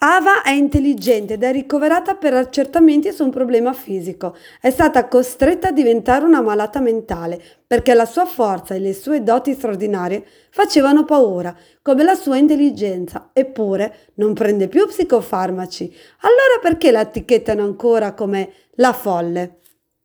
Ava è intelligente ed è ricoverata per accertamenti su un problema fisico. È stata costretta a diventare una malata mentale perché la sua forza e le sue doti straordinarie facevano paura, come la sua intelligenza. Eppure non prende più psicofarmaci. Allora perché la etichettano ancora come la folle?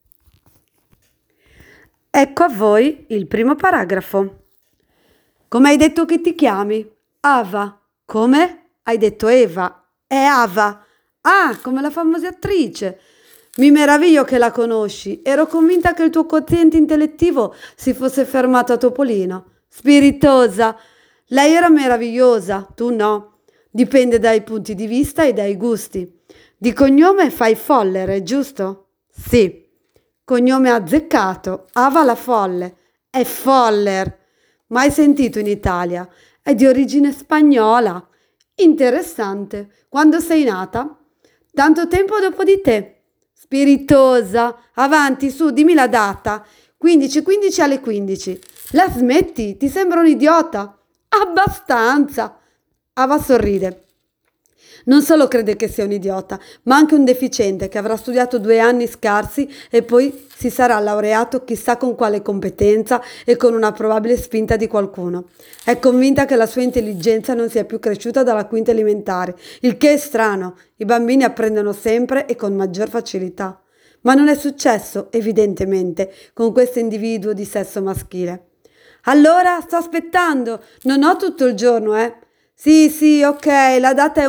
Ecco a voi il primo paragrafo. Come hai detto che ti chiami? Ava. Come? Hai detto Eva. È Ava. Ah, come la famosa attrice. Mi meraviglio che la conosci. Ero convinta che il tuo quoziente intellettivo si fosse fermato a Topolino. Spiritosa. Lei era meravigliosa, tu no. Dipende dai punti di vista e dai gusti. Di cognome fai Foller, giusto? Sì. Cognome azzeccato. Ava la folle. È Foller. Mai sentito in Italia. È di origine spagnola. Interessante. Quando sei nata? Tanto tempo dopo di te. Spiritosa. Avanti, su, dimmi la data. 15 alle 15. La smetti? Ti sembra un idiota? Abbastanza. Ava sorride. Non solo crede che sia un idiota, ma anche un deficiente che avrà studiato 2 anni scarsi e poi si sarà laureato chissà con quale competenza e con una probabile spinta di qualcuno. È convinta che la sua intelligenza non sia più cresciuta dalla quinta elementare, il che è strano. I bambini apprendono sempre e con maggior facilità. Ma non è successo, evidentemente, con questo individuo di sesso maschile. Allora, sto aspettando. Non ho tutto il giorno, eh. Sì, ok, la data è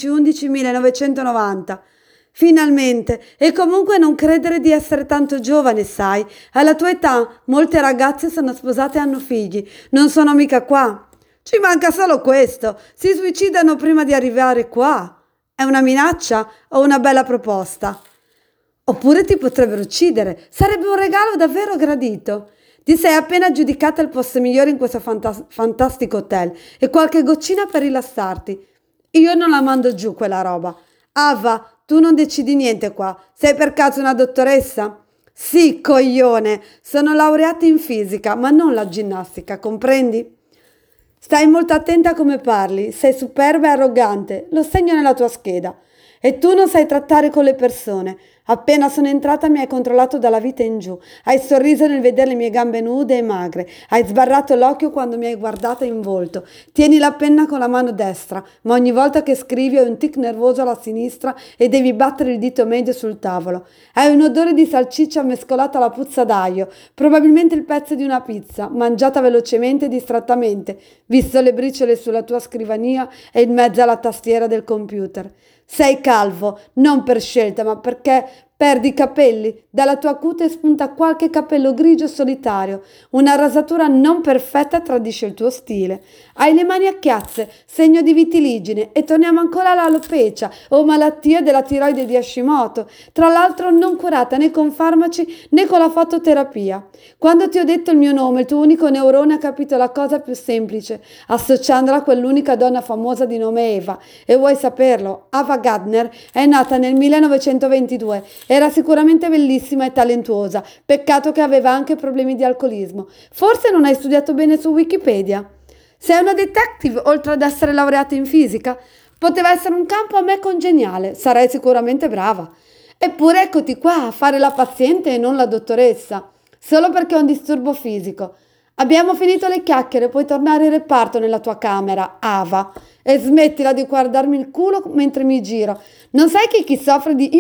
11/11/1990. Finalmente, e comunque non credere di essere tanto giovane, sai. Alla tua età molte ragazze sono sposate e hanno figli. Non sono mica qua. Ci manca solo questo. Si suicidano prima di arrivare qua. È una minaccia o una bella proposta? Oppure ti potrebbero uccidere. Sarebbe un regalo davvero gradito. Ti sei appena aggiudicata il posto migliore in questo fantastico hotel e qualche goccina per rilassarti. Io non la mando giù quella roba. Ava, tu non decidi niente qua. Sei per caso una dottoressa? Sì, coglione. Sono laureata in fisica, ma non la ginnastica, comprendi? Stai molto attenta a come parli. Sei superba e arrogante. Lo segno nella tua scheda. E tu non sai trattare con le persone. Appena sono entrata mi hai controllato dalla vita in giù. Hai sorriso nel vedere le mie gambe nude e magre. Hai sbarrato l'occhio quando mi hai guardata in volto. Tieni la penna con la mano destra, ma ogni volta che scrivi hai un tic nervoso alla sinistra e devi battere il dito medio sul tavolo. Hai un odore di salsiccia mescolato alla puzza d'aglio, probabilmente il pezzo di una pizza, mangiata velocemente e distrattamente, visto le briciole sulla tua scrivania e in mezzo alla tastiera del computer. Sei calvo, non per scelta, ma perché perdi i capelli. Dalla tua cute spunta qualche capello grigio solitario. Una rasatura non perfetta tradisce il tuo stile. Hai le mani a chiazze, segno di vitiligine, e torniamo ancora all'alopecia o malattia della tiroide di Hashimoto, tra l'altro non curata né con farmaci né con la fototerapia. Quando ti ho detto il mio nome, il tuo unico neurone ha capito la cosa più semplice, associandola a quell'unica donna famosa di nome Eva. E vuoi saperlo? Ava Gardner è nata nel 1922. Era sicuramente bellissima e talentuosa. Peccato che aveva anche problemi di alcolismo. Forse non hai studiato bene su Wikipedia. Sei una detective, oltre ad essere laureata in fisica? Poteva essere un campo a me congeniale. Sarai sicuramente brava. Eppure eccoti qua a fare la paziente e non la dottoressa. Solo perché ho un disturbo fisico. Abbiamo finito le chiacchiere, puoi tornare in reparto nella tua camera, Ava. E smettila di guardarmi il culo mentre mi giro. Non sai che chi soffre di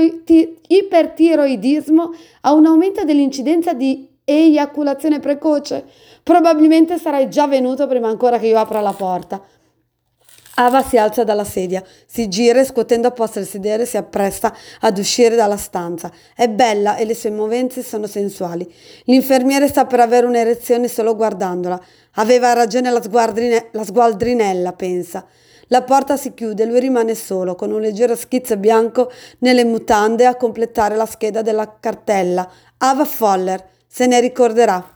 ipertiroidismo ha un aumento dell'incidenza di eiaculazione precoce? Probabilmente sarai già venuto prima ancora che io apra la porta. Ava si alza dalla sedia, si gira e scuotendo a posto il sedere si appresta ad uscire dalla stanza. È bella e le sue movenze sono sensuali. L'infermiere sta per avere un'erezione solo guardandola. Aveva ragione la sgualdrinella, pensa. La porta si chiude e lui rimane solo, con un leggero schizzo bianco nelle mutande a completare la scheda della cartella. Ava Foller, se ne ricorderà.